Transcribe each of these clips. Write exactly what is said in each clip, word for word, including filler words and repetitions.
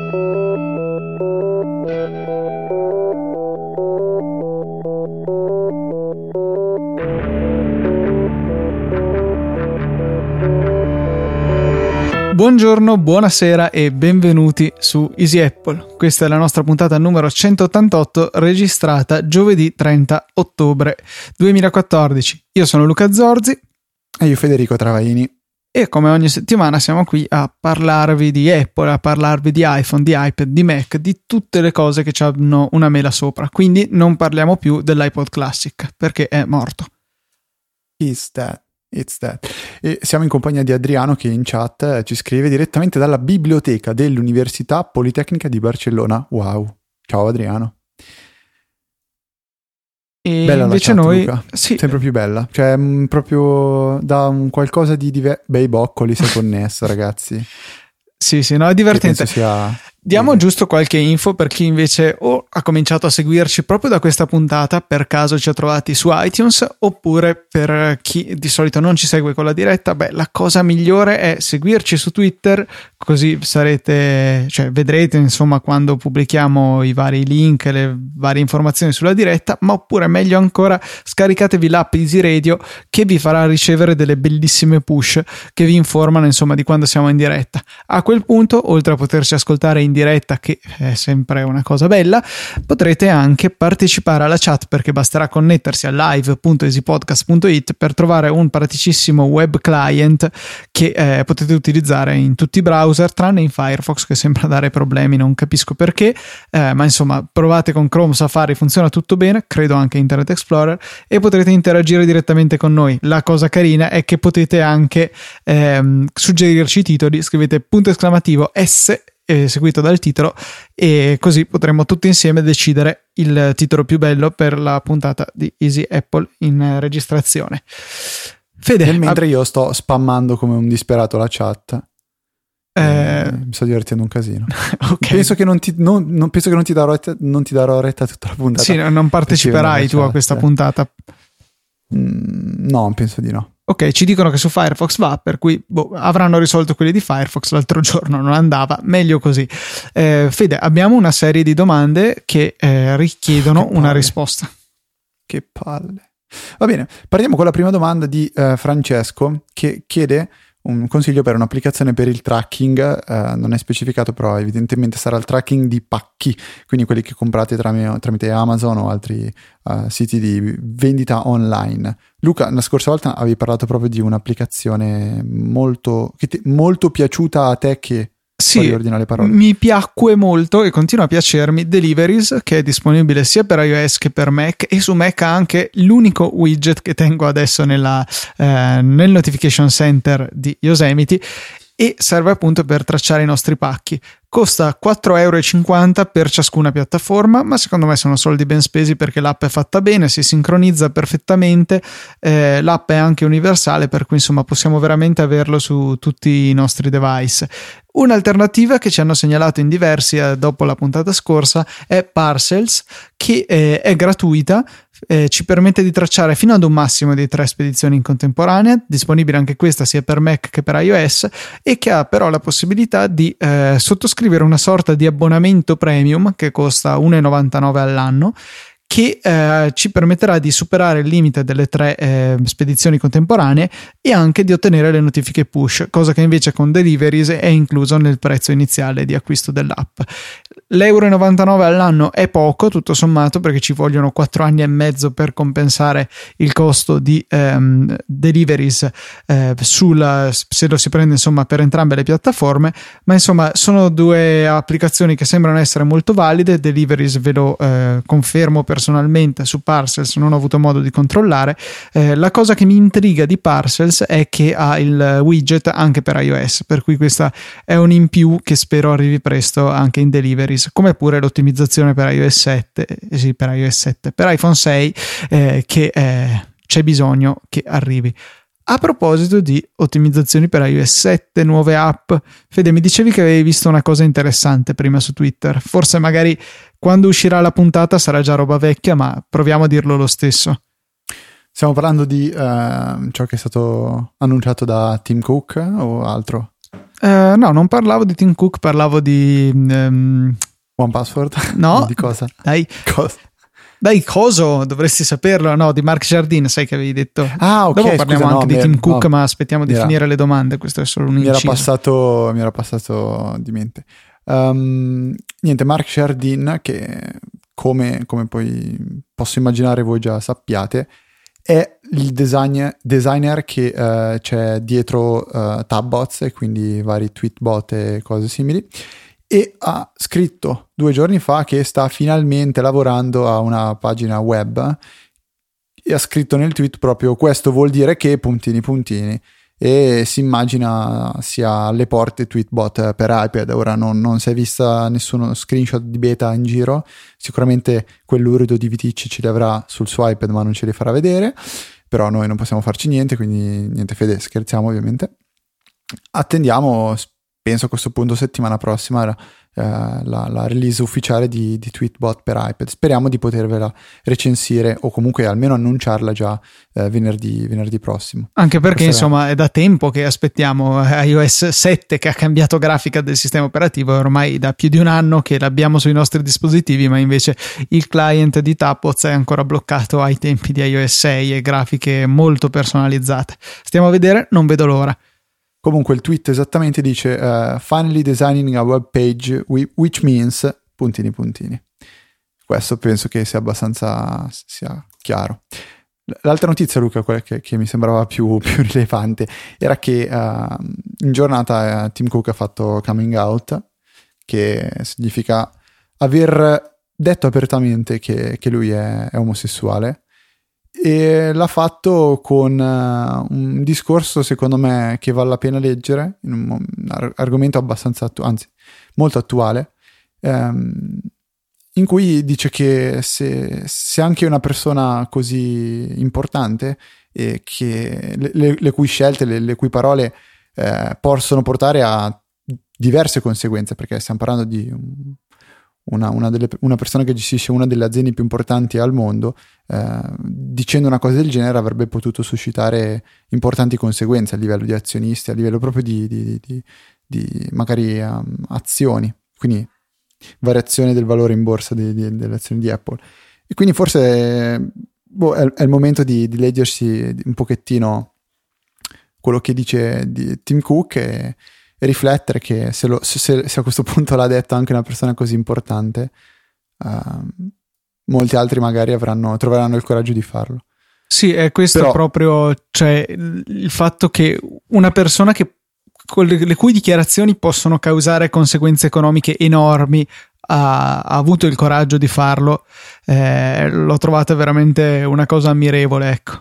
Buongiorno, buonasera e benvenuti su Easy Apple. Questa è la nostra puntata numero centottantotto, registrata giovedì trenta ottobre duemilaquattordici. Io sono Luca Zorzi. E io Federico Travaini. E come ogni settimana siamo qui a parlarvi di Apple, a parlarvi di iPhone, di iPad, di Mac, di tutte le cose che hanno una mela sopra. Quindi non parliamo più dell'iPod Classic, perché è morto. Is that? It's that. E siamo in compagnia di Adriano che in chat ci scrive direttamente dalla biblioteca dell'Università Politecnica di Barcellona. Wow, ciao Adriano. E bella invece la chat, noi Luca. sì. Sempre più bella, cioè mh, proprio da un qualcosa di diverso. Bei boccoli si è connesso, ragazzi. Sì, sì, no, è divertente. Sia... Diamo giusto qualche info per chi invece o ha cominciato a seguirci proprio da questa puntata, per caso ci ha trovati su iTunes, oppure per chi di solito non ci segue con la diretta. Beh, la cosa migliore è seguirci su Twitter, così sarete, cioè vedrete insomma quando pubblichiamo i vari link, le varie informazioni sulla diretta, ma oppure meglio ancora scaricatevi l'app Easy Radio che vi farà ricevere delle bellissime push che vi informano insomma di quando siamo in diretta. A quel punto, oltre a poterci ascoltare in diretta, che è sempre una cosa bella, potrete anche partecipare alla chat, perché basterà connettersi a live punto easypodcast punto it per trovare un praticissimo web client che eh, potete utilizzare in tutti i browser tranne in Firefox, che sembra dare problemi, non capisco perché, eh, ma insomma provate con Chrome, Safari, funziona tutto bene, credo anche Internet Explorer, e potrete interagire direttamente con noi. La cosa carina è che potete anche ehm, suggerirci i titoli, scrivete punto esclamativo S Eh, seguito dal titolo, e così potremo tutti insieme decidere il titolo più bello per la puntata di Easy Apple in eh, registrazione. Fede, Nel mentre ab- io sto spammando come un disperato la chat, eh... Eh, mi sto divertendo un casino. Okay. Penso che non ti, non, non, penso che non ti darò retta, non ti darò retta tutta la puntata. Sì, non parteciperai tu a questa chat. puntata? Mm, no, penso di no. Ok, ci dicono che su Firefox va, per cui boh, avranno risolto quelli di Firefox, l'altro giorno non andava, meglio così. Eh, Fede, abbiamo una serie di domande che eh, richiedono che una risposta. Che palle. Va bene, partiamo con la prima domanda di eh, Francesco, che chiede un consiglio per un'applicazione per il tracking, eh, non è specificato, però evidentemente sarà il tracking di pacchi, quindi quelli che comprate tramite, tramite Amazon o altri uh, siti di vendita online. Luca, la scorsa volta avevi parlato proprio di un'applicazione molto, che ti, molto piaciuta a te, che sì, le parole. Mi piacque molto e continua a piacermi Deliveries, che è disponibile sia per iOS che per Mac, e su Mac ha anche l'unico widget che tengo adesso nella, eh, nel notification center di Yosemite, e serve appunto per tracciare i nostri pacchi. Costa quattro euro e cinquanta per ciascuna piattaforma, ma secondo me sono soldi ben spesi perché l'app è fatta bene, si sincronizza perfettamente, eh, l'app è anche universale, per cui insomma possiamo veramente averlo su tutti i nostri device. Un'alternativa che ci hanno segnalato in diversi eh, dopo la puntata scorsa è Parcels, che eh, è gratuita, eh, ci permette di tracciare fino ad un massimo di tre spedizioni in contemporanea, disponibile anche questa sia per Mac che per iOS, e che ha però la possibilità di eh, sottoscrivere una sorta di abbonamento premium che costa uno e novantanove all'anno, che eh, ci permetterà di superare il limite delle tre eh, spedizioni contemporanee e anche di ottenere le notifiche push, cosa che invece con Deliveries è incluso nel prezzo iniziale di acquisto dell'app. L'euro e novantanove all'anno è poco tutto sommato, perché ci vogliono quattro anni e mezzo per compensare il costo di ehm, Deliveries eh, sulla, se lo si prende insomma per entrambe le piattaforme, ma insomma sono due applicazioni che sembrano essere molto valide. Deliveries ve lo eh, confermo personalmente, su Parcels non ho avuto modo di controllare. Eh, la cosa che mi intriga di Parcels è che ha il widget anche per iOS, per cui questa è un in più che spero arrivi presto anche in Deliveries, come pure l'ottimizzazione per iOS sette, eh sì, per iOS sette, per iPhone sei, eh, che eh, c'è bisogno che arrivi. A proposito di ottimizzazioni per iOS sette, nuove app, Fede, mi dicevi che avevi visto una cosa interessante prima su Twitter. Forse magari quando uscirà la puntata sarà già roba vecchia, ma proviamo a dirlo lo stesso. Stiamo parlando di uh, ciò che è stato annunciato da Tim Cook o altro? Uh, no, non parlavo di Tim Cook, parlavo di um... One Password? No, di cosa? Dai, cosa? Dai, coso, dovresti saperlo. No, di Mark Jardine, sai che avevi detto. Ah, ok. Dopo parliamo scusa, anche no, di Tim era, Cook, no, ma aspettiamo di era, finire le domande. Questo è solo un mi inciso. era passato, mi era passato di mente. Um, niente, Mark Jardine, che come, come poi posso immaginare voi già sappiate, è il design, designer che uh, c'è dietro uh, Tabbots e quindi vari tweetbot e cose simili, e ha scritto due giorni fa che sta finalmente lavorando a una pagina web e ha scritto nel tweet proprio: questo vuol dire che puntini puntini, e si immagina sia alle porte Tweetbot per iPad. Ora non, non si è vista nessuno screenshot di beta in giro, sicuramente quell'urido di Viticci ce li avrà sul suo iPad ma non ce li farà vedere, però noi non possiamo farci niente, quindi niente, Fede, scherziamo ovviamente. Attendiamo, penso a questo punto settimana prossima la, eh, la, la release ufficiale di, di Tweetbot per iPad. Speriamo di potervela recensire o comunque almeno annunciarla già eh, venerdì, venerdì prossimo. Anche perché Questa insomma è da tempo che aspettiamo iOS sette, che ha cambiato grafica del sistema operativo, è ormai da più di un anno che l'abbiamo sui nostri dispositivi, ma invece il client di Tapoz è ancora bloccato ai tempi di iOS sei e grafiche molto personalizzate. Stiamo a vedere, non vedo l'ora. Comunque il tweet esattamente dice uh, finally designing a web page which means puntini puntini. Questo penso che sia abbastanza sia chiaro. L'altra notizia, Luca, quella che, che mi sembrava più, più rilevante, era che uh, in giornata uh, Tim Cook ha fatto coming out, che significa aver detto apertamente che, che lui è, è omosessuale, e l'ha fatto con uh, un discorso secondo me che vale la pena leggere, in un, un argomento abbastanza attu- anzi molto attuale, um, in cui dice che se, se anche una persona così importante e che le, le, le cui scelte, le, le cui parole eh, possono portare a diverse conseguenze, perché stiamo parlando di un Una, una, delle, una persona che gestisce una delle aziende più importanti al mondo, eh, dicendo una cosa del genere avrebbe potuto suscitare importanti conseguenze a livello di azionisti, a livello proprio di, di, di, di magari um, azioni, quindi variazione del valore in borsa di, di, delle azioni di Apple. E quindi forse boh, è, è il momento di, di leggersi un pochettino quello che dice di Tim Cook e e riflettere che se, lo, se, se a questo punto l'ha detto anche una persona così importante, uh, molti altri magari avranno, troveranno il coraggio di farlo. Sì, è questo. Però, proprio, cioè il fatto che una persona che con le, le cui dichiarazioni possono causare conseguenze economiche enormi ha, ha avuto il coraggio di farlo, eh, l'ho trovata veramente una cosa ammirevole, ecco.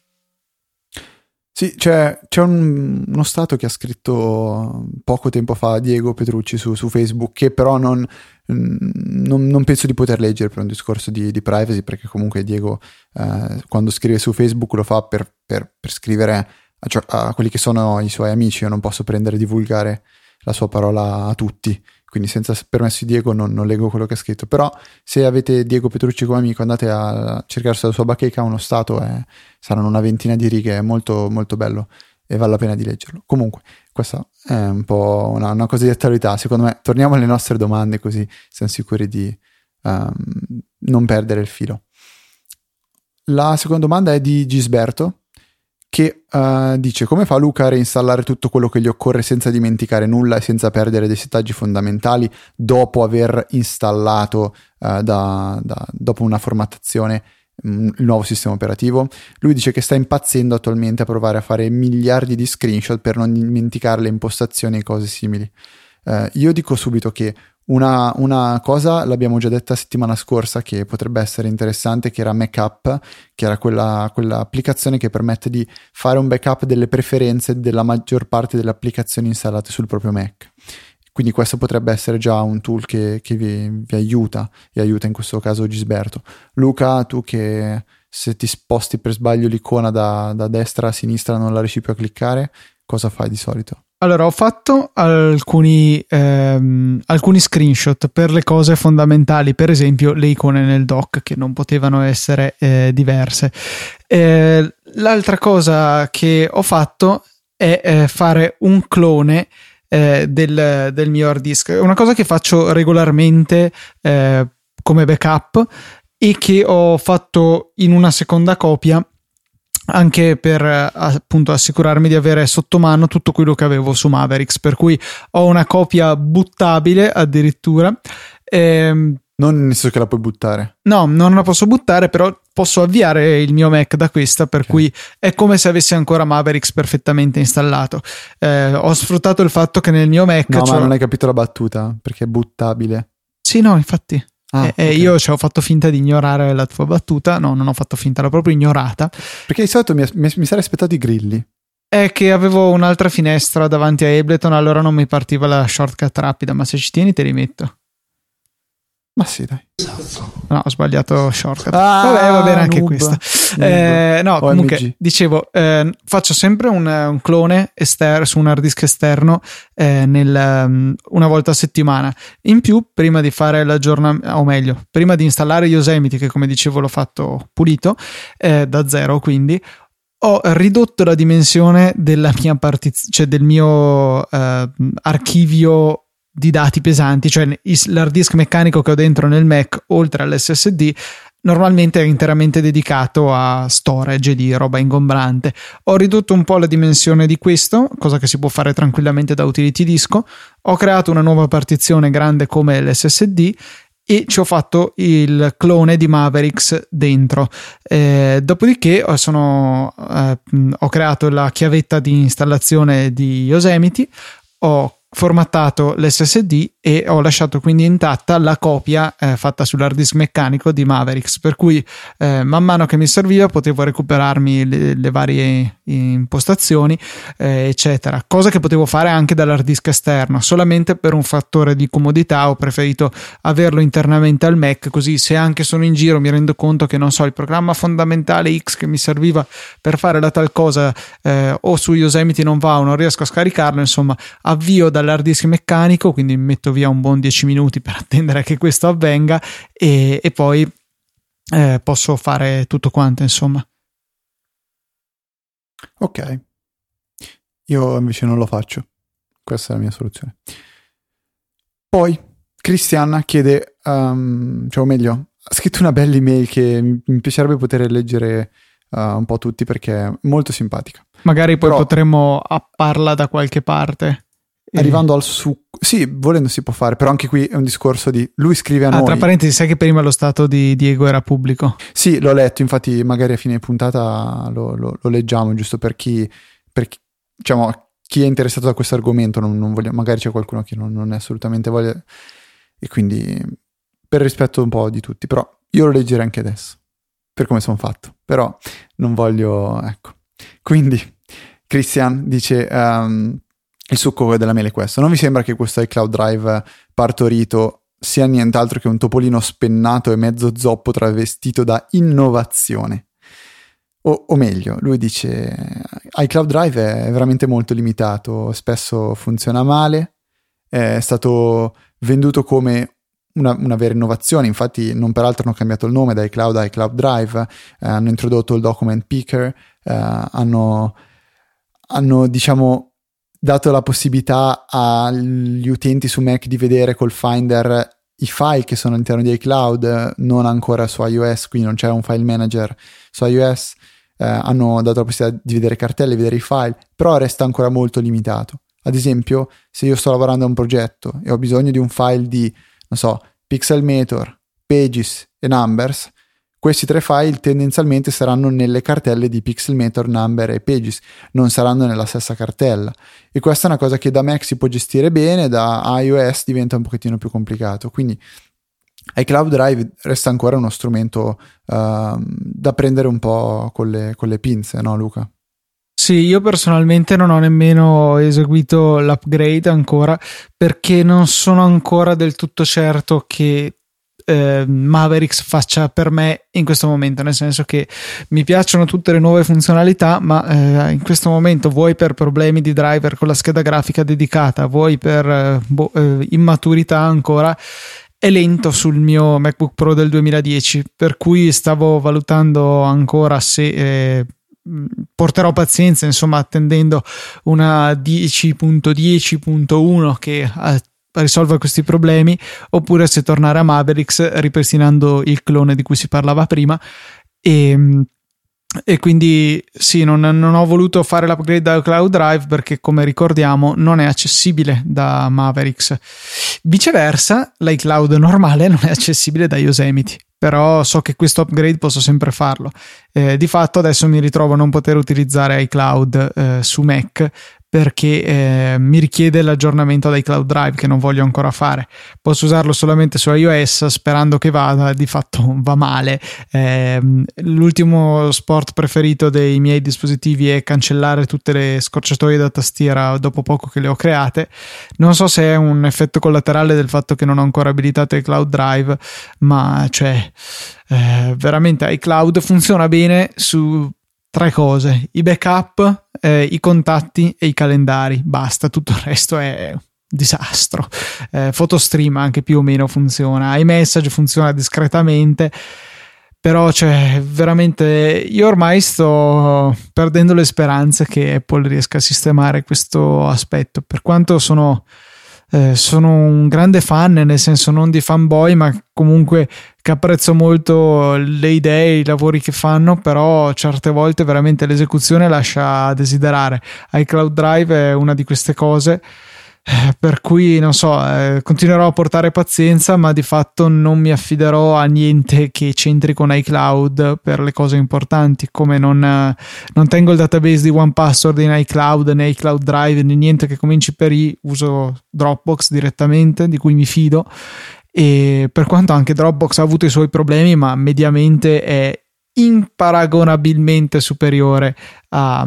Sì, c'è, c'è un, uno stato che ha scritto poco tempo fa Diego Petrucci su, su Facebook, che però non, non, non penso di poter leggere per un discorso di, di privacy, perché comunque Diego eh, quando scrive su Facebook lo fa per, per, per scrivere a, a quelli che sono i suoi amici. Io non posso prendere e divulgare la sua parola a tutti, quindi senza permesso di Diego non, non leggo quello che ha scritto. Però se avete Diego Petrucci come amico, andate a cercare sulla sua bacheca, uno stato, è, saranno una ventina di righe, è molto molto bello e vale la pena di leggerlo. Comunque questa è un po' una, una cosa di attualità, secondo me. Torniamo alle nostre domande, così siamo sicuri di um, non perdere il filo. La seconda domanda è di Gisberto, che uh, dice: come fa Luca a reinstallare tutto quello che gli occorre senza dimenticare nulla e senza perdere dei settaggi fondamentali dopo aver installato uh, da, da, dopo una formattazione um, il nuovo sistema operativo? Lui dice che sta impazzendo attualmente a provare a fare miliardi di screenshot per non dimenticare le impostazioni e cose simili. Uh, io dico subito che Una, una cosa l'abbiamo già detta settimana scorsa che potrebbe essere interessante, che era Backup, che era quella, quella applicazione che permette di fare un backup delle preferenze della maggior parte delle applicazioni installate sul proprio Mac. Quindi questo potrebbe essere già un tool che, che vi, vi aiuta, e aiuta in questo caso Gisberto. Luca, tu che se ti sposti per sbaglio l'icona da, da destra a sinistra non la riesci più a cliccare, cosa fai di solito? Allora, ho fatto alcuni, ehm, alcuni screenshot per le cose fondamentali, per esempio le icone nel dock che non potevano essere eh, diverse. Eh, l'altra cosa che ho fatto è eh, fare un clone eh, del, del mio hard disk. È una cosa che faccio regolarmente eh, come backup e che ho fatto in una seconda copia anche per appunto assicurarmi di avere sotto mano tutto quello che avevo su Mavericks, per cui ho una copia buttabile addirittura. Ehm, non nel senso che la puoi buttare? No, non la posso buttare, però posso avviare il mio Mac da questa, per okay. cui è come se avessi ancora Mavericks perfettamente installato. Eh, ho sfruttato il fatto che nel mio Mac... No, ma non hai capito la battuta, perché è buttabile. Sì, no, infatti... Ah, eh, okay. Io ci ho fatto finta di ignorare la tua battuta. No, non ho fatto finta, l'ho proprio ignorata. Perché di solito mi, mi, mi sarei aspettato i grilli. È che avevo un'altra finestra davanti a Ableton, allora non mi partiva la shortcut rapida, ma se ci tieni te li metto. Ma sì, dai. No, ho sbagliato shortcut. Ah, Vabbè, va bene anche noob. questa. Noob. Eh, no, O M G. comunque, dicevo, eh, faccio sempre un, un clone esterno su un hard disk esterno eh, nel, um, una volta a settimana. In più, prima di fare l'aggiornamento, o meglio, prima di installare Yosemite, che come dicevo l'ho fatto pulito, eh, da zero quindi, ho ridotto la dimensione della mia partiz- cioè del mio eh, archivio di dati pesanti, cioè l'hard disk meccanico che ho dentro nel Mac, oltre all'S S D, normalmente è interamente dedicato a storage di roba ingombrante. Ho ridotto un po' la dimensione di questo, cosa che si può fare tranquillamente da utility disco. Ho creato una nuova partizione grande come l'S S D e ci ho fatto il clone di Mavericks dentro. Eh, dopodiché sono, eh, ho creato la chiavetta di installazione di Yosemite, ho formattato l'S S D e ho lasciato quindi intatta la copia eh, fatta sull'hard disk meccanico di Mavericks, per cui eh, man mano che mi serviva potevo recuperarmi le, le varie impostazioni eh, eccetera, cosa che potevo fare anche dall'hard disk esterno. Solamente per un fattore di comodità ho preferito averlo internamente al Mac, così se anche sono in giro mi rendo conto che non so il programma fondamentale X che mi serviva per fare la tal cosa eh, o su Yosemite non va o non riesco a scaricarlo, insomma avvio dall'hard disk meccanico, quindi metto via un buon dieci minuti per attendere che questo avvenga e, e poi eh, posso fare tutto quanto, insomma. Ok, io invece non lo faccio, questa è la mia soluzione. Poi Cristiana chiede um, cioè o meglio ha scritto una bella email che mi, mi piacerebbe poter leggere uh, un po' tutti perché è molto simpatica. Magari poi Però, potremmo apparla da qualche parte. Arrivando al succo, sì, volendo si può fare, però anche qui è un discorso di lui scrive a ah, noi. Tra parentesi, sai che prima lo stato di Diego era pubblico? Sì, l'ho letto, infatti magari a fine puntata lo, lo, lo leggiamo, giusto per chi, per chi, diciamo, chi è interessato da questo argomento, non, non voglio, magari c'è qualcuno che non, non è assolutamente voglia, e quindi per rispetto un po' di tutti, però io lo leggerei anche adesso, per come sono fatto, però non voglio, ecco. Quindi Christian dice... Um, il succo della mele è questo: non vi sembra che questo iCloud Drive partorito sia nient'altro che un topolino spennato e mezzo zoppo travestito da innovazione? O, o meglio, lui dice iCloud Drive è veramente molto limitato, spesso funziona male, è stato venduto come una, una vera innovazione, infatti non peraltro hanno cambiato il nome da iCloud a iCloud Drive, eh, hanno introdotto il document picker, eh, hanno, hanno diciamo dato la possibilità agli utenti su Mac di vedere col Finder i file che sono all'interno di iCloud, non ancora su iOS, quindi non c'è un file manager su iOS, eh, hanno dato la possibilità di vedere cartelle, vedere i file, però resta ancora molto limitato. Ad esempio, se io sto lavorando a un progetto e ho bisogno di un file di, non so, Pixelmator, Pages e Numbers, questi tre file tendenzialmente saranno nelle cartelle di Pixelmator, Number e Pages, non saranno nella stessa cartella. E questa è una cosa che da Mac si può gestire bene, da iOS diventa un pochettino più complicato. Quindi iCloud Drive resta ancora uno strumento uh, da prendere un po' con le, con le pinze, no Luca? Sì, io personalmente non ho nemmeno eseguito l'upgrade ancora, perché non sono ancora del tutto certo che Eh, Mavericks faccia per me in questo momento, nel senso che mi piacciono tutte le nuove funzionalità, ma eh, in questo momento, vuoi per problemi di driver con la scheda grafica dedicata, vuoi per eh, boh, eh, immaturità ancora, è lento sul mio MacBook Pro del duemiladieci, per cui stavo valutando ancora se eh, porterò pazienza, insomma, attendendo una dieci punto dieci punto uno che eh, risolva questi problemi, oppure se tornare a Mavericks ripristinando il clone di cui si parlava prima. E E quindi sì, non, non ho voluto fare l'upgrade da Cloud Drive perché, come ricordiamo, non è accessibile da Mavericks. Viceversa, l'iCloud normale non è accessibile da Yosemite, però so che questo upgrade posso sempre farlo. Eh, di fatto adesso mi ritrovo a non poter utilizzare iCloud eh, su Mac perché eh, mi richiede l'aggiornamento dai Cloud Drive, che non voglio ancora fare. Posso usarlo solamente su iOS sperando che vada, di fatto va male. Eh, l'ultimo sport preferito dei miei dispositivi è cancellare tutte le scorciatoie da tastiera dopo poco che le ho create. Non so se è un effetto collaterale del fatto che non ho ancora abilitato i Cloud Drive, ma cioè eh, veramente iCloud funziona bene su tre cose: i backup, eh, i contatti e i calendari. Basta, tutto il resto è un disastro. eh, PhotoStream anche più o meno funziona, iMessage funziona discretamente, però cioè veramente io ormai sto perdendo le speranze che Apple riesca a sistemare questo aspetto, per quanto sono Eh, sono un grande fan, nel senso non di fanboy, ma comunque che apprezzo molto le idee, i lavori che fanno, però certe volte veramente l'esecuzione lascia a desiderare. iCloud Drive è una di queste cose, eh, per cui non so, eh, continuerò a portare pazienza, ma di fatto non mi affiderò a niente che c'entri con iCloud per le cose importanti, come non, eh, non tengo il database di one password in iCloud né iCloud Drive né niente che cominci per I, uso Dropbox direttamente, di cui mi fido. E per quanto anche Dropbox ha avuto i suoi problemi, ma mediamente è imparagonabilmente superiore a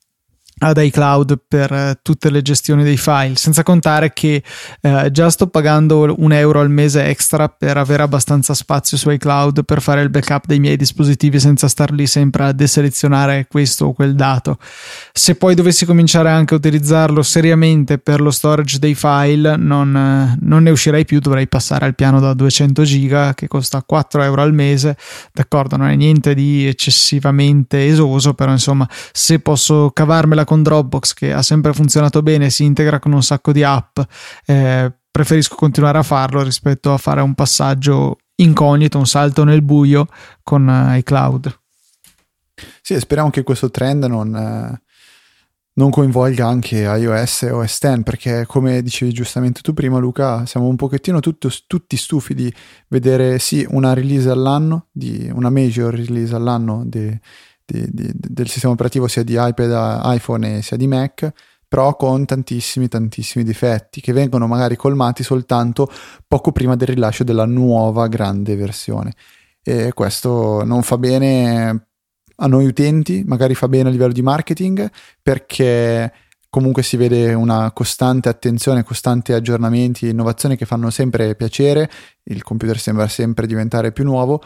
ad iCloud per uh, tutte le gestioni dei file, senza contare che uh, già sto pagando un euro al mese extra per avere abbastanza spazio su iCloud per fare il backup dei miei dispositivi senza star lì sempre a deselezionare questo o quel dato. Se poi dovessi cominciare anche a utilizzarlo seriamente per lo storage dei file, non, uh, non ne uscirei più, dovrei passare al piano da duecento giga che costa quattro euro al mese. D'accordo, non è niente di eccessivamente esoso, però insomma, se posso cavarmela con Dropbox, che ha sempre funzionato bene, si integra con un sacco di app, eh, preferisco continuare a farlo rispetto a fare un passaggio incognito, un salto nel buio con uh, iCloud. Sì, speriamo che questo trend non, eh, non coinvolga anche iOS e O S X, perché come dicevi giustamente tu prima, Luca, siamo un pochettino tutto, tutti stufi di vedere sì una release all'anno, di una major release all'anno di Di, di, del sistema operativo sia di iPad, iPhone e sia di Mac, però con tantissimi tantissimi difetti che vengono magari colmati soltanto poco prima del rilascio della nuova grande versione, e questo non fa bene a noi utenti, magari fa bene a livello di marketing perché comunque si vede una costante attenzione, costanti aggiornamenti, innovazioni che fanno sempre piacere, il computer sembra sempre diventare più nuovo,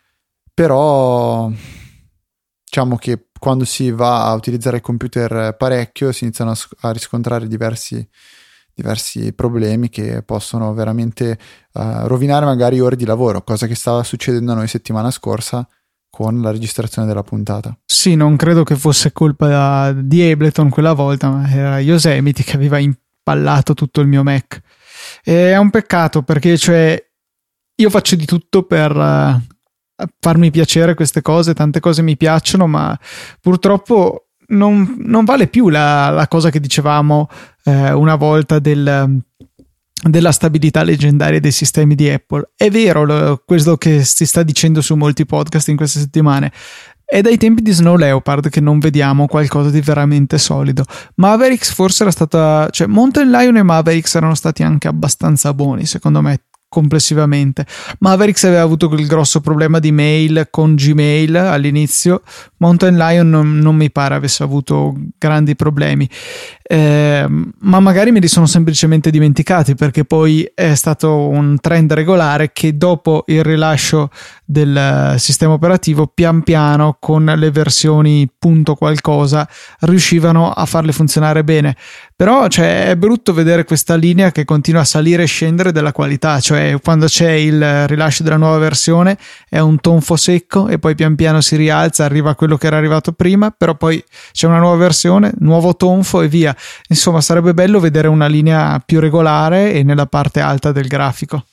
però diciamo che quando si va a utilizzare il computer parecchio si iniziano a, a riscontrare diversi, diversi problemi che possono veramente uh, rovinare magari ore di lavoro, cosa che stava succedendo a noi settimana scorsa con la registrazione della puntata. Sì, non credo che fosse colpa di Ableton quella volta, ma era Yosemite che aveva impallato tutto il mio Mac. E è un peccato perché cioè io faccio di tutto per uh, farmi piacere queste cose, tante cose mi piacciono, ma purtroppo non, non vale più la, la cosa che dicevamo eh, una volta del, della stabilità leggendaria dei sistemi di Apple. È vero lo, questo che si sta dicendo su molti podcast in queste settimane. È dai tempi di Snow Leopard che non vediamo qualcosa di veramente solido. Mavericks forse era stata, cioè Mountain Lion e Mavericks erano stati anche abbastanza buoni secondo me complessivamente. Mavericks aveva avuto quel grosso problema di mail con Gmail all'inizio, Mountain Lion non, non mi pare avesse avuto grandi problemi. eh, ma magari me li sono semplicemente dimenticati, perché poi è stato un trend regolare che dopo il rilascio del sistema operativo pian piano con le versioni punto qualcosa riuscivano a farle funzionare bene. Però cioè, è brutto vedere questa linea che continua a salire e scendere della qualità, cioè quando c'è il rilascio della nuova versione è un tonfo secco e poi pian piano si rialza, arriva a quello che era arrivato prima, però poi c'è una nuova versione, nuovo tonfo e via. Insomma, sarebbe bello vedere una linea più regolare e nella parte alta del grafico.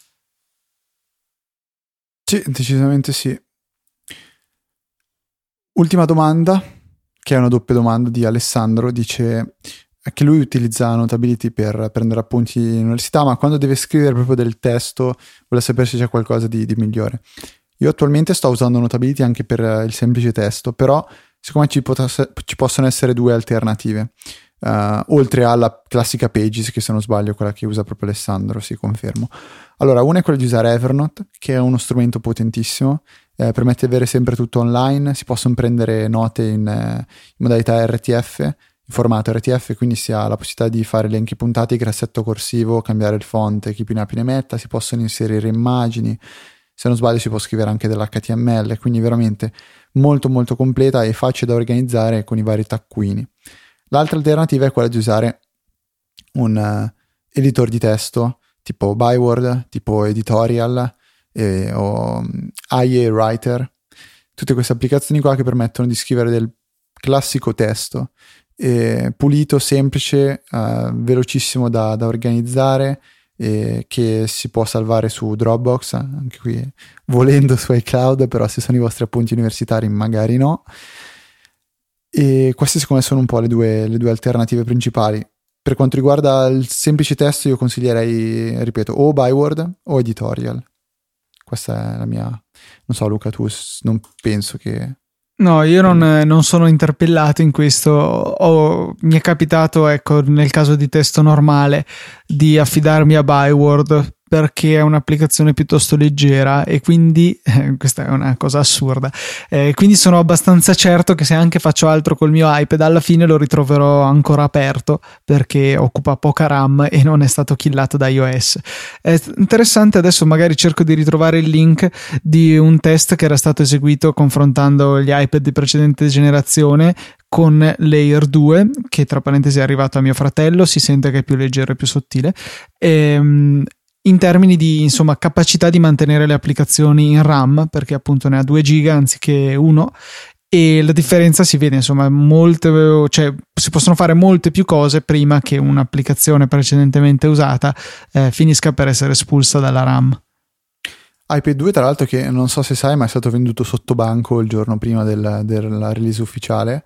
Sì, decisamente sì. Ultima domanda, che è una doppia domanda di Alessandro, dice che lui utilizza Notability per prendere appunti in università, ma quando deve scrivere proprio del testo vuole sapere se c'è qualcosa di, di migliore. Io attualmente sto usando Notability anche per il semplice testo, però siccome ci, potasse, ci possono essere due alternative, uh, oltre alla classica Pages, che se non sbaglio è quella che usa proprio Alessandro, sì, confermo. Allora, una è quella di usare Evernote, che è uno strumento potentissimo, eh, permette di avere sempre tutto online, si possono prendere note in, eh, in modalità R T F, in formato R T F, quindi si ha la possibilità di fare elenchi puntati, grassetto corsivo, cambiare il font, chi più ne ha più ne metta, si possono inserire immagini, se non sbaglio si può scrivere anche dell'H T M L, quindi veramente molto molto completa e facile da organizzare con i vari taccuini. L'altra alternativa è quella di usare un uh, editor di testo tipo Byword, tipo Editorial eh, o um, I A Writer, tutte queste applicazioni qua che permettono di scrivere del classico testo eh, pulito, semplice, uh, velocissimo da, da organizzare, eh, che si può salvare su Dropbox, anche qui volendo su iCloud, però se sono i vostri appunti universitari magari no. E queste secondo me sono un po' le due, le due alternative principali. Per quanto riguarda il semplice testo io consiglierei, ripeto, o Byword o Editorial. Questa è la mia... Non so Luca, tu non penso che... No, io non, non sono interpellato in questo. Ho, mi è capitato, ecco, nel caso di testo normale, di affidarmi a Byword perché è un'applicazione piuttosto leggera e quindi eh, questa è una cosa assurda, eh, quindi sono abbastanza certo che se anche faccio altro col mio iPad alla fine lo ritroverò ancora aperto perché occupa poca RAM e non è stato killato da iOS. È interessante, adesso magari cerco di ritrovare il link di un test che era stato eseguito confrontando gli iPad di precedente generazione con Layer due, che tra parentesi è arrivato a mio fratello, si sente che è più leggero e più sottile, e in termini di insomma capacità di mantenere le applicazioni in RAM, perché appunto ne ha due giga anziché uno, e la differenza si vede, insomma, molte, cioè si possono fare molte più cose prima che un'applicazione precedentemente usata eh, finisca per essere espulsa dalla RAM. iPad due tra l'altro, che non so se sai, ma è stato venduto sotto banco il giorno prima del, della release ufficiale.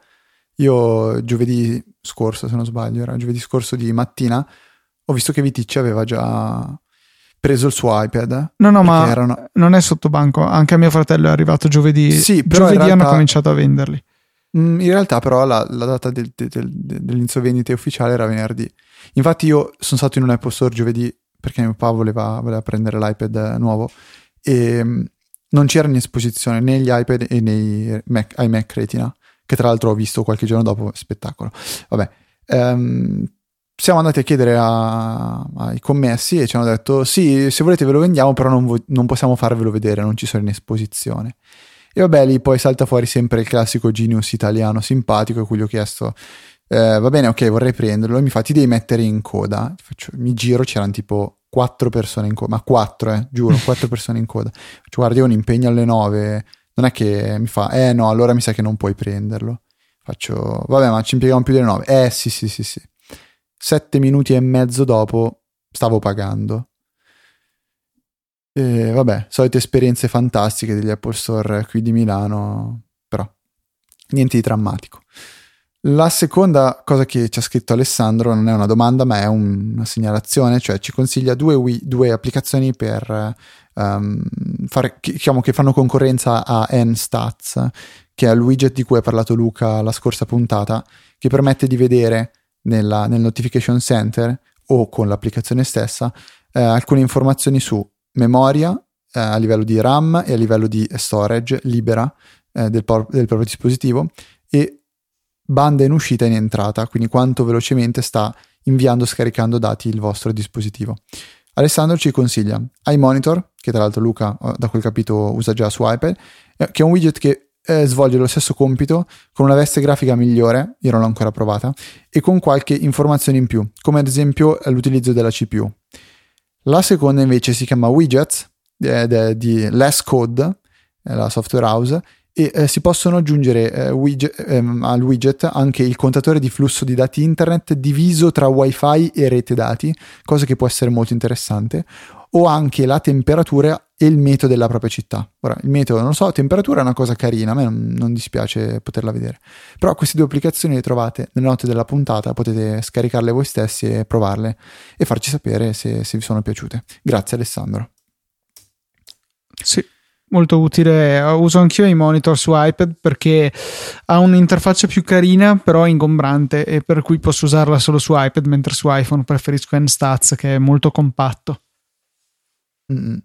Io giovedì scorso, se non sbaglio, era giovedì scorso di mattina, ho visto che Viticci aveva già preso il suo iPad. No, no, ma erano... non è sotto banco, anche a mio fratello è arrivato giovedì. Sì, però giovedì realtà... hanno cominciato a venderli. In realtà però la, la data del, del, del, dell'inizio vendita ufficiale era venerdì. Infatti io sono stato in un Apple Store giovedì perché mio papà voleva, voleva prendere l'iPad nuovo e non c'era in esposizione né gli iPad e nei Mac, iMac Retina, che tra l'altro ho visto qualche giorno dopo, spettacolo. Vabbè, um, siamo andati a chiedere a, ai commessi e ci hanno detto sì, se volete ve lo vendiamo, però non, vo- non possiamo farvelo vedere, non ci sono in esposizione. E vabbè, lì poi salta fuori sempre il classico genius italiano simpatico, a cui gli ho chiesto eh, va bene, ok, vorrei prenderlo, e mi fa ti devi mettere in coda. Faccio, mi giro, c'erano tipo quattro persone in coda, ma quattro, eh, giuro, quattro persone in coda. Faccio, guarda, io ho un impegno alle nove, non è che mi fa eh no, allora mi sa che non puoi prenderlo. Faccio, vabbè, ma ci impieghiamo più delle nove. Eh sì sì sì sì. Sette minuti e mezzo dopo stavo pagando. E vabbè, solite esperienze fantastiche degli Apple Store qui di Milano, però niente di drammatico. La seconda cosa che ci ha scritto Alessandro non è una domanda ma è un, una segnalazione, cioè ci consiglia due, Wii, due applicazioni per um, fare, diciamo, che fanno concorrenza a N-Stats, che è il widget di cui ha parlato Luca la scorsa puntata, che permette di vedere nella, nel Notification Center o con l'applicazione stessa eh, alcune informazioni su memoria eh, a livello di RAM e a livello di storage libera eh, del, por- del proprio dispositivo, e banda in uscita e in entrata, quindi quanto velocemente sta inviando o scaricando dati il vostro dispositivo. Alessandro ci consiglia iMonitor, che tra l'altro Luca, da quel capito, usa già su iPad, che è un widget che eh, svolge lo stesso compito con una veste grafica migliore, io non l'ho ancora provata, e con qualche informazione in più, come ad esempio l'utilizzo della C P U. La seconda invece si chiama Widgets, eh, di Less Code, eh, la software house, e eh, si possono aggiungere eh, widget, ehm, al widget anche il contatore di flusso di dati internet diviso tra wifi e rete dati, cosa che può essere molto interessante, o anche la temperatura e il meteo della propria città. Ora, il meteo non lo so, temperatura è una cosa carina, a me non, non dispiace poterla vedere, però queste due applicazioni le trovate nelle note della puntata, potete scaricarle voi stessi e provarle e farci sapere se, se vi sono piaciute. Grazie Alessandro. Sì, molto utile. Uso anch'io i monitor su iPad perché ha un'interfaccia più carina però ingombrante, e per cui posso usarla solo su iPad, mentre su iPhone preferisco N-Stats, che è molto compatto. Mm.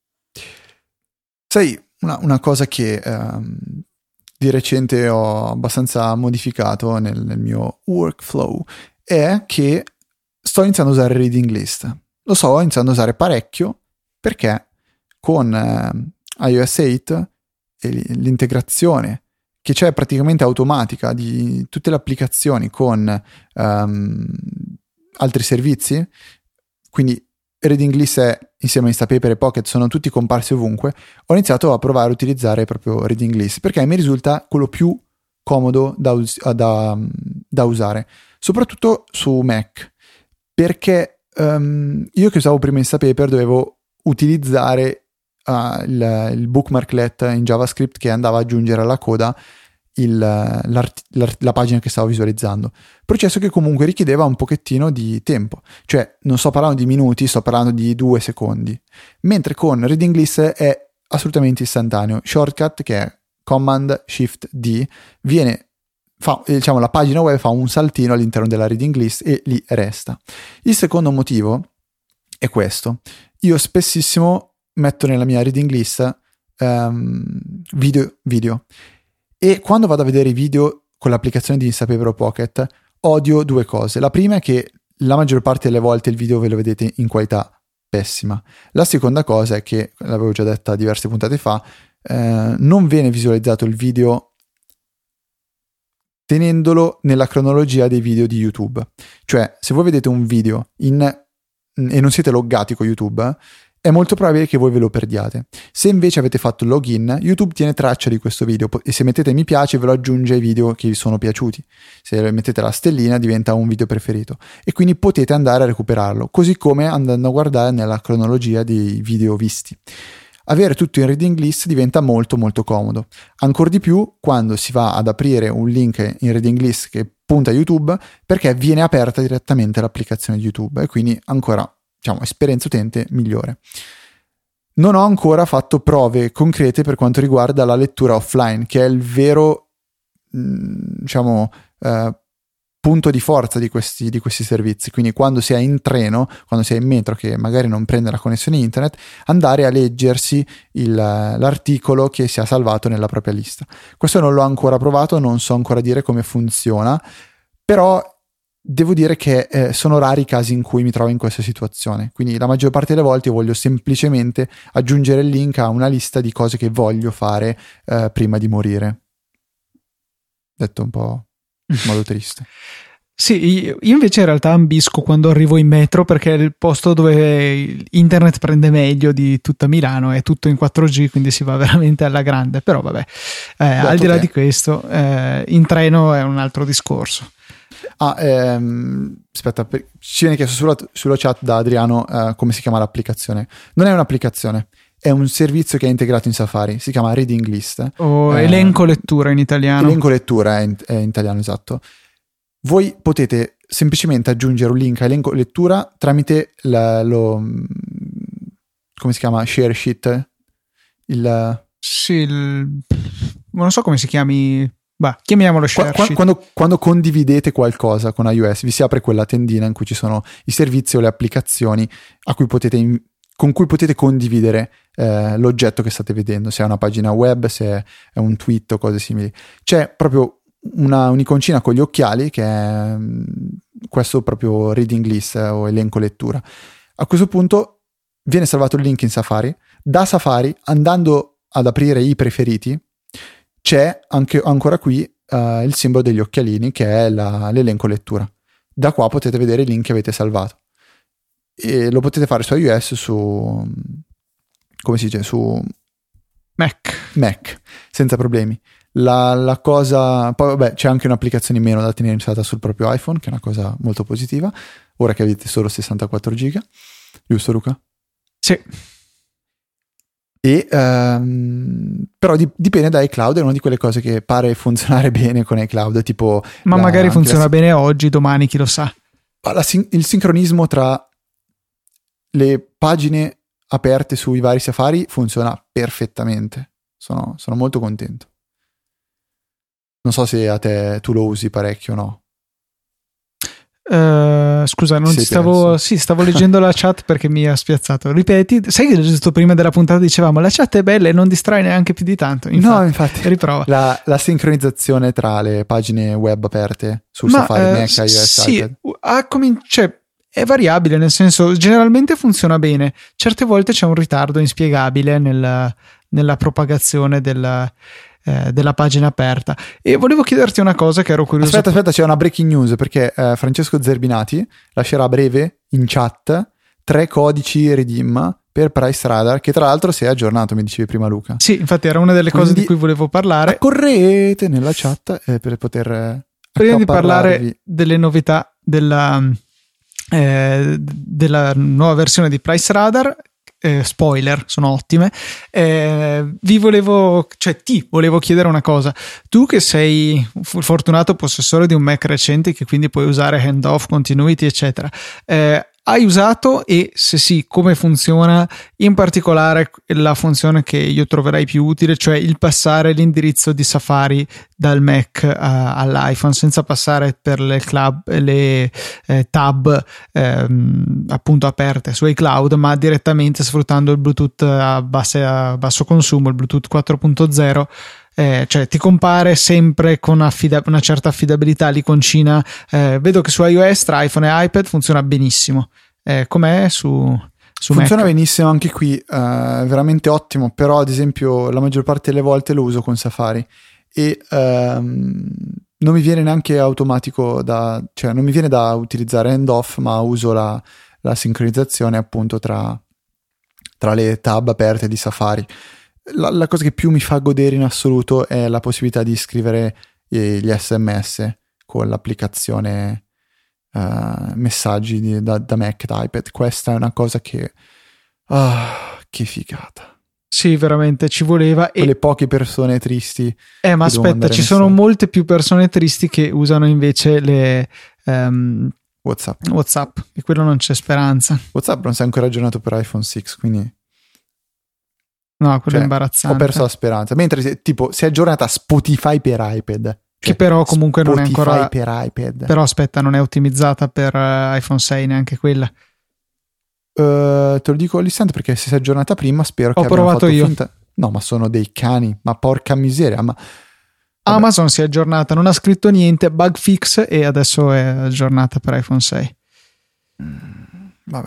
Sai, una, una cosa che ehm, di recente ho abbastanza modificato nel, nel mio workflow è che sto iniziando a usare Reading List. Lo so, ho iniziato a usare parecchio perché con eh, iOS otto e l'integrazione che c'è praticamente automatica di tutte le applicazioni con um, altri servizi, quindi Reading List è, insieme a Instapaper e Pocket, sono tutti comparsi ovunque, ho iniziato a provare a utilizzare proprio Reading List perché mi risulta quello più comodo da, us- da, da usare, soprattutto su Mac, perché um, io che usavo prima Instapaper dovevo utilizzare Uh, il, il bookmarklet in JavaScript che andava ad aggiungere alla coda il, l'art, l'art, la pagina che stavo visualizzando, processo che comunque richiedeva un pochettino di tempo, cioè non sto parlando di minuti, sto parlando di due secondi, mentre con Reading List è assolutamente istantaneo. Shortcut, che è Command Shift D, viene fa, diciamo, la pagina web fa un saltino all'interno della Reading List e lì resta. Il secondo motivo è questo: io spessissimo metto nella mia Reading List um, video, video e quando vado a vedere i video con l'applicazione di Instapaper o Pocket odio due cose. La prima è che la maggior parte delle volte il video ve lo vedete in qualità pessima. La seconda cosa è che, l'avevo già detta diverse puntate fa, eh, non viene visualizzato il video tenendolo nella cronologia dei video di YouTube. Cioè, se voi vedete un video in, e non siete loggati con YouTube, è molto probabile che voi ve lo perdiate. Se invece avete fatto il login, YouTube tiene traccia di questo video e se mettete mi piace ve lo aggiunge ai video che vi sono piaciuti. Se mettete la stellina diventa un video preferito e quindi potete andare a recuperarlo, così come andando a guardare nella cronologia dei video visti. Avere tutto in Reading List diventa molto molto comodo, ancor di più quando si va ad aprire un link in Reading List che punta a YouTube, perché viene aperta direttamente l'applicazione di YouTube e quindi ancora, diciamo, esperienza utente migliore. Non ho ancora fatto prove concrete per quanto riguarda la lettura offline, che è il vero, diciamo, eh, punto di forza di questi, di questi servizi. Quindi quando si è in treno, quando si è in metro che magari non prende la connessione internet, andare a leggersi il, l'articolo che si è salvato nella propria lista. Questo non l'ho ancora provato, non so ancora dire come funziona, però devo dire che eh, sono rari i casi in cui mi trovo in questa situazione, quindi la maggior parte delle volte io voglio semplicemente aggiungere il link a una lista di cose che voglio fare eh, prima di morire. Detto un po' in modo triste. Sì, io invece in realtà ambisco quando arrivo in metro, perché è il posto dove internet prende meglio di tutta Milano, è tutto in quattro G, quindi si va veramente alla grande. Però vabbè, eh, al di là te. di questo, eh, in treno è un altro discorso. Ah, ehm, aspetta, per, ci viene chiesto sulla, sulla chat da Adriano eh, come si chiama l'applicazione. Non è un'applicazione, è un servizio che è integrato in Safari, si chiama Reading List. O eh, elenco lettura in italiano. Elenco lettura è in, è in italiano, esatto. Voi potete semplicemente aggiungere un link a elenco lettura tramite la, lo, come si chiama? Share sheet? Il, sì, il, non so come si chiami. Bah, chiamiamolo share Qua, sheet. quando, quando condividete qualcosa con iOS vi si apre quella tendina in cui ci sono i servizi o le applicazioni a cui potete in, con cui potete condividere eh, l'oggetto che state vedendo, se è una pagina web, se è un tweet o cose simili. C'è proprio una un'iconcina con gli occhiali che è questo proprio reading list eh, o elenco lettura. A questo punto viene salvato il link in Safari. Da Safari, andando ad aprire i preferiti, c'è anche ancora qui uh, il simbolo degli occhialini, che è la, l'elenco lettura. Da qua potete vedere i link che avete salvato e lo potete fare su iOS, su come si dice, su Mac, Mac senza problemi. La, la cosa, poi vabbè, c'è anche un'applicazione in meno da tenere installata sul proprio iPhone, che è una cosa molto positiva, ora che avete solo sessantaquattro giga, giusto Luca? Sì. E, um, però di, dipende da iCloud, è una di quelle cose che pare funzionare bene con iCloud, tipo ma la, magari funziona la, bene oggi, domani chi lo sa. La, il sincronismo tra le pagine aperte sui vari Safari funziona perfettamente, sono, sono molto contento. Non so se a te tu lo usi parecchio o no. Uh, scusa, non ti stavo, sì, stavo leggendo la chat perché mi ha spiazzato. Ripeti, sai che giusto prima della puntata dicevamo la chat è bella e non distrae neanche più di tanto. Infatti, no, infatti, riprova. La, la sincronizzazione tra le pagine web aperte su Ma, Safari, uh, Mac, iOS, sì, iPad. Ha comin- cioè, è variabile, nel senso, generalmente funziona bene. Certe volte c'è un ritardo inspiegabile nel, nella propagazione del Eh, della pagina aperta. E volevo chiederti una cosa che ero curioso. Aspetta, aspetta, c'è una breaking news perché eh, Francesco Zerbinati lascerà a breve in chat tre codici redeem per Price Radar, che tra l'altro si è aggiornato, mi dicevi prima Luca. Sì, infatti era una delle Quindi cose di cui volevo parlare. Correte nella chat eh, per poter eh, prima di parlare delle novità della, eh, della nuova versione di Price Radar. Eh, spoiler, sono ottime. Eh, vi volevo, cioè ti volevo chiedere una cosa. Tu che sei un fortunato possessore di un Mac recente, che quindi puoi usare handoff, continuity, eccetera, eh, hai usato, e se sì, come funziona in particolare la funzione che io troverei più utile, cioè il passare l'indirizzo di Safari dal Mac a, all'iPhone senza passare per le, club, le eh, tab ehm, appunto aperte su iCloud, ma direttamente sfruttando il Bluetooth a, basse, a basso consumo, il Bluetooth quattro punto zero. Eh, cioè ti compare sempre con affida- una certa affidabilità l'iconcina. Eh, vedo che su iOS tra iPhone e iPad funziona benissimo. Eh, com'è su, su funziona Mac? benissimo anche qui, eh, veramente ottimo, però ad esempio la maggior parte delle volte lo uso con Safari e ehm, non mi viene neanche automatico da, cioè non mi viene da utilizzare handoff, ma uso la, la sincronizzazione appunto tra, tra le tab aperte di Safari. La, la cosa che più mi fa godere in assoluto è la possibilità di scrivere gli sms con l'applicazione uh, messaggi di, da, da Mac, da iPad. Questa è una cosa che ah, che figata. Sì, veramente ci voleva. Quelle e... poche persone tristi. Eh, ma aspetta, ci sono molte più persone tristi che usano invece le um, WhatsApp. WhatsApp, e quello non c'è speranza. WhatsApp non si è ancora aggiornato per iPhone sei, quindi no, quello cioè, è imbarazzante. Ho perso la speranza. Mentre tipo si è aggiornata Spotify per iPad, cioè, che però comunque Spotify non è ancora per iPad. Però aspetta, non è ottimizzata per uh, iPhone sei neanche quella. Uh, te lo dico all'istante perché se si è aggiornata prima spero Ho che provato fatto io. Finta... No, ma sono dei cani, ma porca miseria. Ma... Amazon si è aggiornata, non ha scritto niente, bug fix, e adesso è aggiornata per iPhone sei. Mm, vabbè.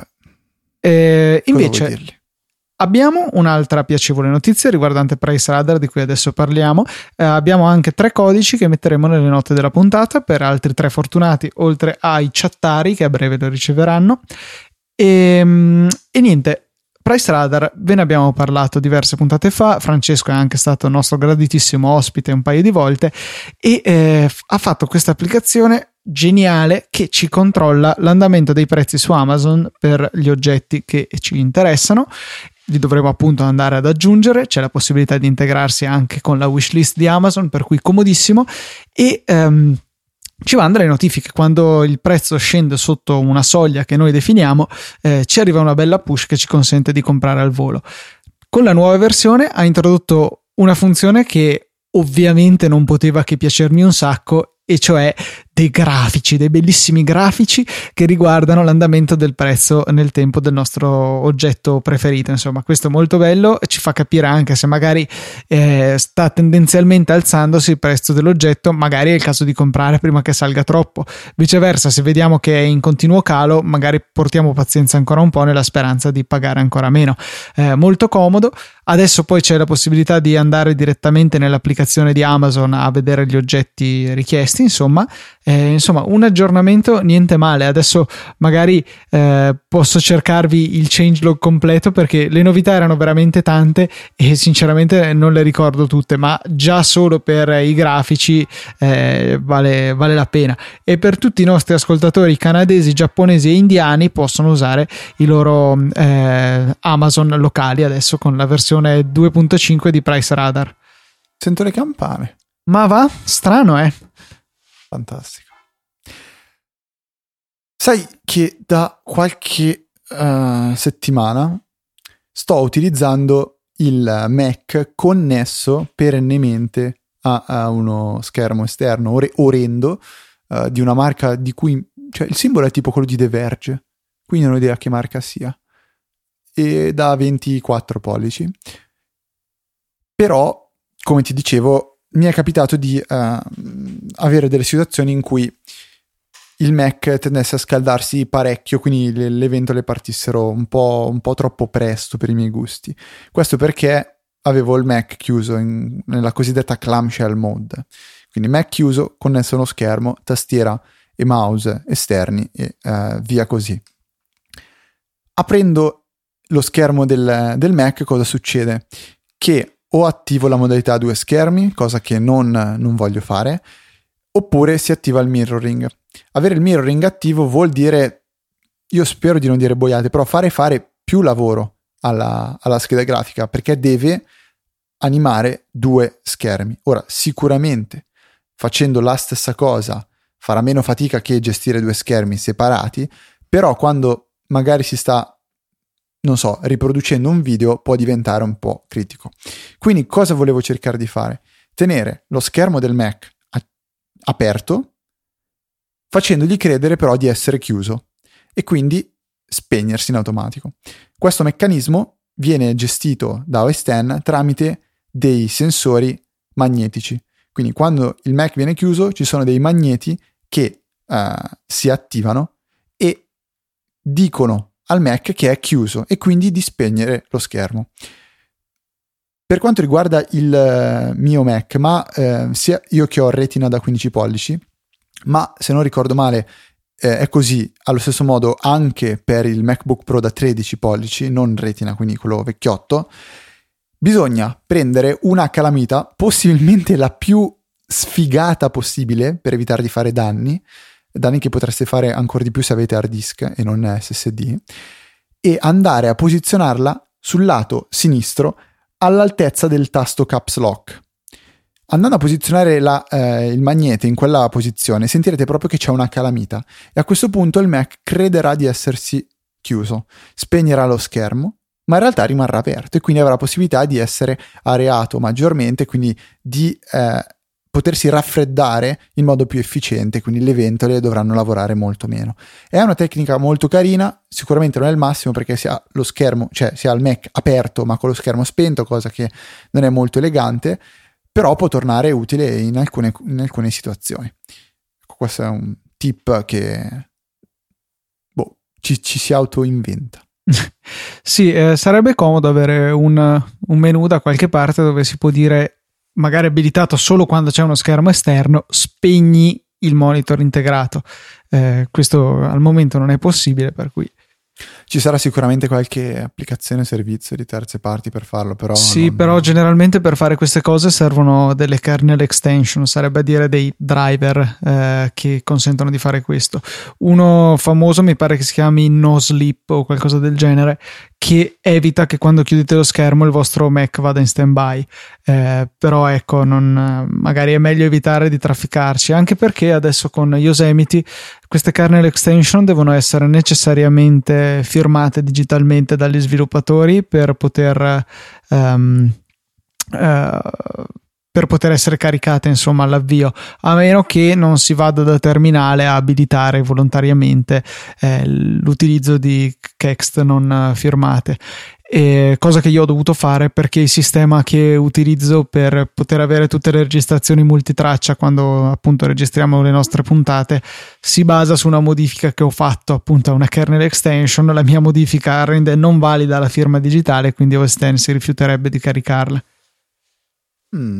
E invece abbiamo un'altra piacevole notizia riguardante Price Radar di cui adesso parliamo. Eh, abbiamo anche tre codici che metteremo nelle note della puntata per altri tre fortunati, oltre ai chattari che a breve lo riceveranno. E, e niente, Price Radar ve ne abbiamo parlato diverse puntate fa. Francesco è anche stato nostro graditissimo ospite un paio di volte e eh, ha fatto questa applicazione geniale che ci controlla l'andamento dei prezzi su Amazon per gli oggetti che ci interessano. Li dovremo appunto andare ad aggiungere, c'è la possibilità di integrarsi anche con la wishlist di Amazon, per cui comodissimo, e um, ci manda le notifiche quando il prezzo scende sotto una soglia che noi definiamo. Eh, ci arriva una bella push che ci consente di comprare al volo. Con la nuova versione ha introdotto una funzione che ovviamente non poteva che piacermi un sacco, e cioè dei grafici, dei bellissimi grafici che riguardano l'andamento del prezzo nel tempo del nostro oggetto preferito. Insomma, questo è molto bello, ci fa capire anche se magari eh, sta tendenzialmente alzandosi il prezzo dell'oggetto, magari è il caso di comprare prima che salga troppo. Viceversa, se vediamo che è in continuo calo, magari portiamo pazienza ancora un po' nella speranza di pagare ancora meno. Eh, molto comodo. Adesso poi c'è la possibilità di andare direttamente nell'applicazione di Amazon a vedere gli oggetti richiesti. Insomma, eh, insomma un aggiornamento niente male. Adesso magari eh, posso cercarvi il changelog completo, perché le novità erano veramente tante e sinceramente non le ricordo tutte, ma già solo per i grafici eh, vale, vale la pena. E per tutti i nostri ascoltatori canadesi, giapponesi e indiani possono usare i loro eh, Amazon locali adesso con la versione due punto cinque di Price Radar. Sento le campane. Ma va? Strano, eh? Fantastico. Sai che da qualche uh, settimana sto utilizzando il Mac connesso perennemente a, a uno schermo esterno ore- orrendo uh, di una marca di cui, cioè, il simbolo è tipo quello di The Verge, quindi non ho idea che marca sia, e da ventiquattro pollici. Però, come ti dicevo, mi è capitato di uh, avere delle situazioni in cui il Mac tendesse a scaldarsi parecchio, quindi le, le ventole partissero un po', un po' troppo presto per i miei gusti. Questo perché avevo il Mac chiuso in, nella cosiddetta clamshell mode, quindi Mac chiuso, connesso a uno schermo, tastiera e mouse esterni e uh, via così. Aprendo lo schermo del, del Mac, cosa succede? Che o attivo la modalità a due schermi, cosa che non, non voglio fare, oppure si attiva il mirroring. Avere il mirroring attivo vuol dire, io spero di non dire boiate, però fare fare più lavoro alla, alla scheda grafica, perché deve animare due schermi. Ora, sicuramente facendo la stessa cosa farà meno fatica che gestire due schermi separati, però quando magari si sta, non so, riproducendo un video può diventare un po' critico. Quindi cosa volevo cercare di fare? Tenere lo schermo del Mac a- aperto, facendogli credere però di essere chiuso e quindi spegnersi in automatico. Questo meccanismo viene gestito da O S X tramite dei sensori magnetici. Quindi quando il Mac viene chiuso ci sono dei magneti che uh, si attivano e dicono al Mac che è chiuso e quindi di spegnere lo schermo. Per quanto riguarda il uh, mio Mac, ma uh, sia io che ho Retina da quindici pollici, ma se non ricordo male eh, è così allo stesso modo anche per il MacBook Pro da tredici pollici, non Retina, quindi quello vecchiotto, bisogna prendere una calamita, possibilmente la più sfigata possibile per evitare di fare danni, danni che potreste fare ancora di più se avete hard disk e non S S D, e andare a posizionarla sul lato sinistro all'altezza del tasto Caps Lock. Andando a posizionare la, eh, il magnete in quella posizione sentirete proprio che c'è una calamita e a questo punto il Mac crederà di essersi chiuso, spegnerà lo schermo, ma in realtà rimarrà aperto e quindi avrà la possibilità di essere areato maggiormente, quindi di eh, potersi raffreddare in modo più efficiente, quindi le ventole dovranno lavorare molto meno. È una tecnica molto carina, sicuramente non è il massimo perché si ha lo schermo, cioè si ha il Mac aperto ma con lo schermo spento, cosa che non è molto elegante, però può tornare utile in alcune, in alcune situazioni. Questo è un tip che boh, ci, ci si autoinventa. Sì, eh, sarebbe comodo avere un, un menu da qualche parte dove si può dire, magari abilitato solo quando c'è uno schermo esterno, spegni il monitor integrato. Eh, questo al momento non è possibile, per cui ci sarà sicuramente qualche applicazione o servizio di terze parti per farlo, però sì, non... però generalmente per fare queste cose servono delle kernel extension, sarebbe a dire dei driver eh, che consentono di fare questo. Uno famoso mi pare che si chiami No Sleep o qualcosa del genere, che evita che quando chiudete lo schermo il vostro Mac vada in stand-by. Eh, però ecco, non, magari è meglio evitare di trafficarci, anche perché adesso con Yosemite queste kernel extension devono essere necessariamente firmate digitalmente dagli sviluppatori per poter um, uh, per poter essere caricate insomma all'avvio, a meno che non si vada da terminale a abilitare volontariamente eh, l'utilizzo di Kext non firmate. E cosa che io ho dovuto fare perché il sistema che utilizzo per poter avere tutte le registrazioni multitraccia quando appunto registriamo le nostre puntate si basa su una modifica che ho fatto appunto a una kernel extension. La mia modifica rende non valida la firma digitale, quindi O S X si rifiuterebbe di caricarla. mm.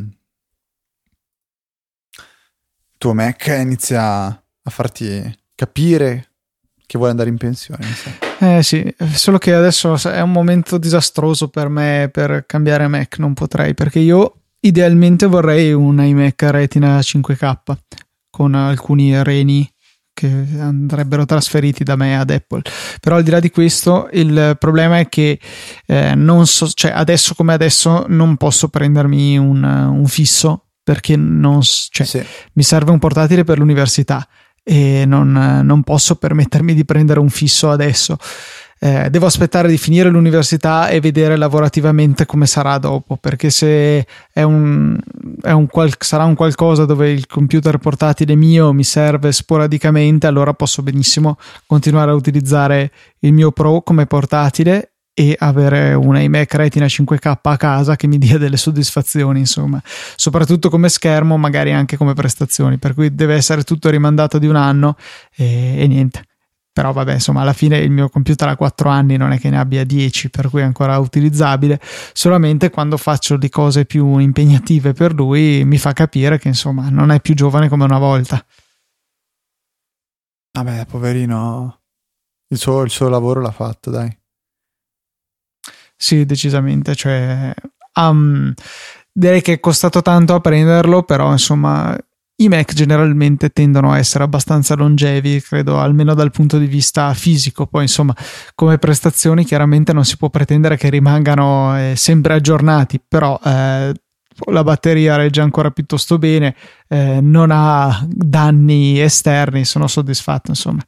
Tuo Mac inizia a farti capire che vuole andare in pensione, mi sa. Eh sì, solo che adesso è un momento disastroso per me per cambiare Mac, non potrei, perché io idealmente vorrei un iMac Retina cinque K con alcuni reni che andrebbero trasferiti da me ad Apple. Però al di là di questo il problema è che eh, non so, cioè adesso come adesso non posso prendermi un, un fisso perché non, cioè, Sì. mi serve un portatile per l'università e non, non posso permettermi di prendere un fisso adesso. Eh, devo aspettare di finire l'università e vedere lavorativamente come sarà dopo, perché se è un, è un qual- sarà un qualcosa dove il computer portatile mio mi serve sporadicamente, allora posso benissimo continuare a utilizzare il mio Pro come portatile e avere una iMac Retina cinque K a casa che mi dia delle soddisfazioni, insomma, soprattutto come schermo, magari anche come prestazioni, per cui deve essere tutto rimandato di un anno e, e niente. Però vabbè, insomma, alla fine il mio computer ha quattro anni, non è che ne abbia dieci, per cui è ancora utilizzabile. Solamente quando faccio le cose più impegnative per lui mi fa capire che insomma non è più giovane come una volta. Vabbè, poverino, il suo, il suo lavoro l'ha fatto, dai. Sì, decisamente, cioè um, direi che è costato tanto a prenderlo, però insomma i Mac generalmente tendono a essere abbastanza longevi, credo, almeno dal punto di vista fisico. Poi insomma come prestazioni chiaramente non si può pretendere che rimangano eh, sempre aggiornati, però eh, la batteria regge ancora piuttosto bene, eh, non ha danni esterni, sono soddisfatto insomma.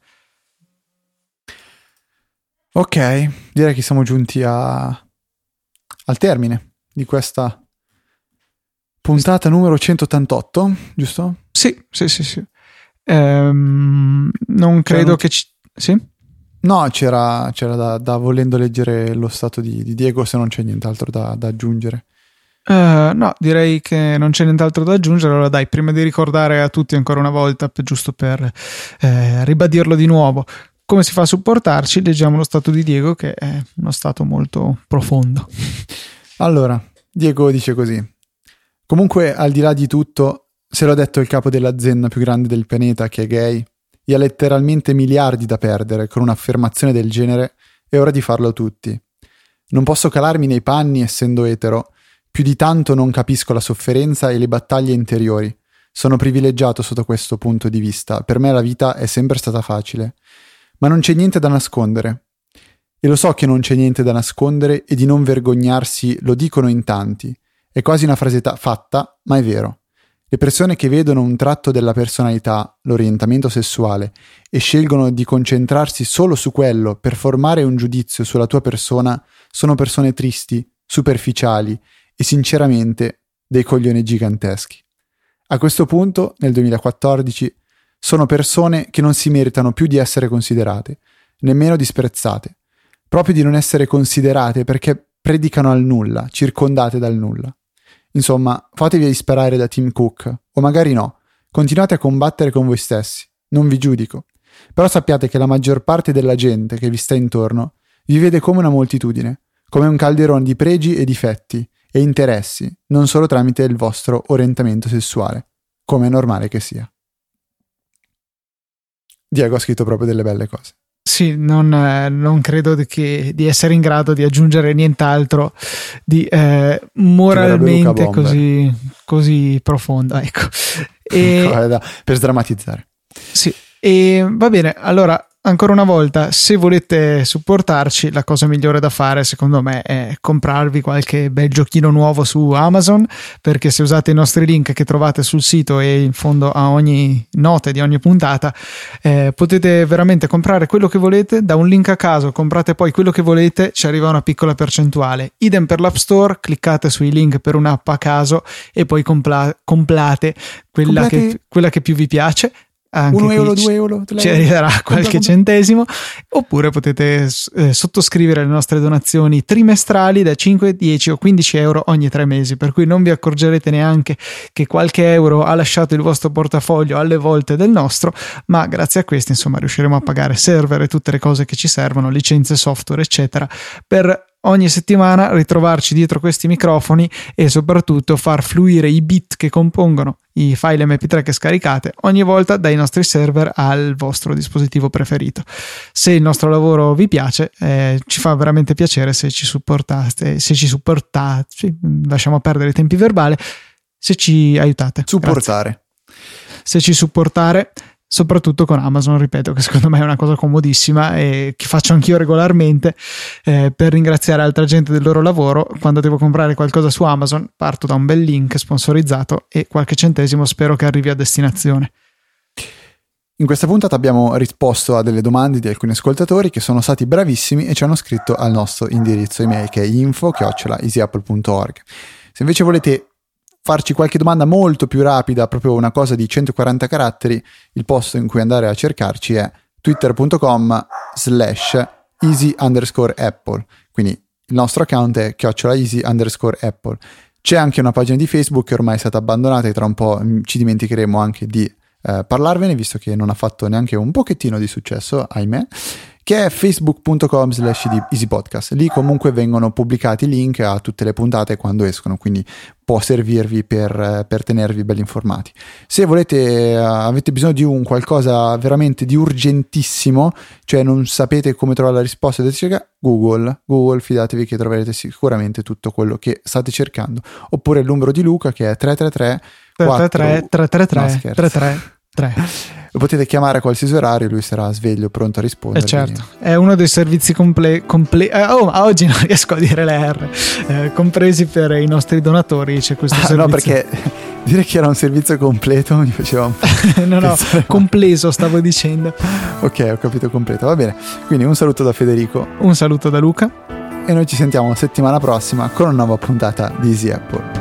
Ok, direi che siamo giunti a... al termine di questa puntata numero centottantotto, giusto? Sì, sì, sì, sì. Ehm, non credo non... che ci... Sì? No, c'era, c'era da, da volendo leggere lo stato di, di Diego, se non c'è nient'altro da, da aggiungere. Uh, no, direi che non c'è nient'altro da aggiungere. Allora dai, prima di ricordare a tutti ancora una volta, per, giusto per eh, ribadirlo di nuovo, come si fa a supportarci, leggiamo lo stato di Diego, che è uno stato molto profondo. Allora, Diego dice così: comunque, al di là di tutto, se l'ho detto il capo dell'azienda più grande del pianeta che è gay e ha letteralmente miliardi da perdere con un'affermazione del genere, è ora di farlo a tutti. Non posso calarmi nei panni essendo etero, più di tanto non capisco la sofferenza e le battaglie interiori. Sono privilegiato sotto questo punto di vista, per me la vita è sempre stata facile. Ma non c'è niente da nascondere. E lo so che non c'è niente da nascondere e di non vergognarsi lo dicono in tanti. È quasi una frase ta- fatta, ma è vero. Le persone che vedono un tratto della personalità, l'orientamento sessuale, e scelgono di concentrarsi solo su quello per formare un giudizio sulla tua persona, sono persone tristi, superficiali e sinceramente dei coglioni giganteschi. A questo punto, nel duemilaquattordici, sono persone che non si meritano più di essere considerate, nemmeno disprezzate, proprio di non essere considerate perché predicano al nulla, circondate dal nulla. Insomma, fatevi disperare da Tim Cook, o magari no, continuate a combattere con voi stessi, non vi giudico, però sappiate che la maggior parte della gente che vi sta intorno vi vede come una moltitudine, come un calderone di pregi e difetti e interessi, non solo tramite il vostro orientamento sessuale, come è normale che sia. Diego ha scritto proprio delle belle cose. Sì, non, eh, non credo di, che, di essere in grado di aggiungere nient'altro di eh, moralmente così, così profondo. Ecco. E, per sdrammatizzare. Sì, e va bene. Allora ancora una volta, se volete supportarci, la cosa migliore da fare secondo me è comprarvi qualche bel giochino nuovo su Amazon, perché se usate i nostri link che trovate sul sito e in fondo a ogni nota di ogni puntata, eh, potete veramente comprare quello che volete. Da un link a caso comprate poi quello che volete, ci arriva una piccola percentuale. Idem per l'App Store, cliccate sui link per un'app a caso e poi compla- complate quella Complate... che quella che più vi piace. Anche un euro, ci, due euro, ci arriverà qualche compra, centesimo, oppure potete eh, sottoscrivere le nostre donazioni trimestrali da cinque, dieci o quindici euro ogni tre mesi, per cui non vi accorgerete neanche che qualche euro ha lasciato il vostro portafoglio alle volte del nostro, ma grazie a questi insomma riusciremo a pagare server e tutte le cose che ci servono, licenze software eccetera, per ogni settimana ritrovarci dietro questi microfoni e soprattutto far fluire i bit che compongono i file emme pi tre che scaricate ogni volta dai nostri server al vostro dispositivo preferito. Se il nostro lavoro vi piace, eh, ci fa veramente piacere se ci supportate, se ci supportate, sì, lasciamo perdere i tempi verbali, se ci aiutate. Supportare. Grazie. Se ci supportare, soprattutto con Amazon, ripeto, che secondo me è una cosa comodissima e che faccio anch'io regolarmente, eh, per ringraziare altra gente del loro lavoro. Quando devo comprare qualcosa su Amazon parto da un bel link sponsorizzato e qualche centesimo spero che arrivi a destinazione. In questa puntata abbiamo risposto a delle domande di alcuni ascoltatori che sono stati bravissimi e ci hanno scritto al nostro indirizzo email, che è info chiocciola easyapple punto org. Se invece volete farci qualche domanda molto più rapida, proprio una cosa di centoquaranta caratteri, il posto in cui andare a cercarci è twitter punto com slash easy underscore apple, quindi il nostro account è chiocciola easy underscore apple. C'è anche una pagina di Facebook che ormai è stata abbandonata e tra un po' ci dimenticheremo anche di eh, parlarvene, visto che non ha fatto neanche un pochettino di successo, ahimè, che è facebook punto com slash easypodcast. Lì comunque vengono pubblicati i link a tutte le puntate quando escono, quindi può servirvi per, per tenervi belli informati. Se volete, avete bisogno di un qualcosa veramente di urgentissimo, cioè non sapete come trovare la risposta, Google, Google, fidatevi che troverete sicuramente tutto quello che state cercando. Oppure il numero di Luca, che è tre tre tre tre tre tre tre tre tre tre tre. Lo potete chiamare a qualsiasi orario, lui sarà sveglio, pronto a rispondere. Eh certo, è uno dei servizi comple- comple- eh, oh, oggi non riesco a dire le R, eh, compresi per i nostri donatori. C'è questo ah, servizio. No, perché dire che era un servizio completo mi faceva un po'. no, no, compleso stavo dicendo. Ok, ho capito, completo, va bene. Quindi un saluto da Federico. Un saluto da Luca. E noi ci sentiamo settimana prossima con una nuova puntata di Easy Apple.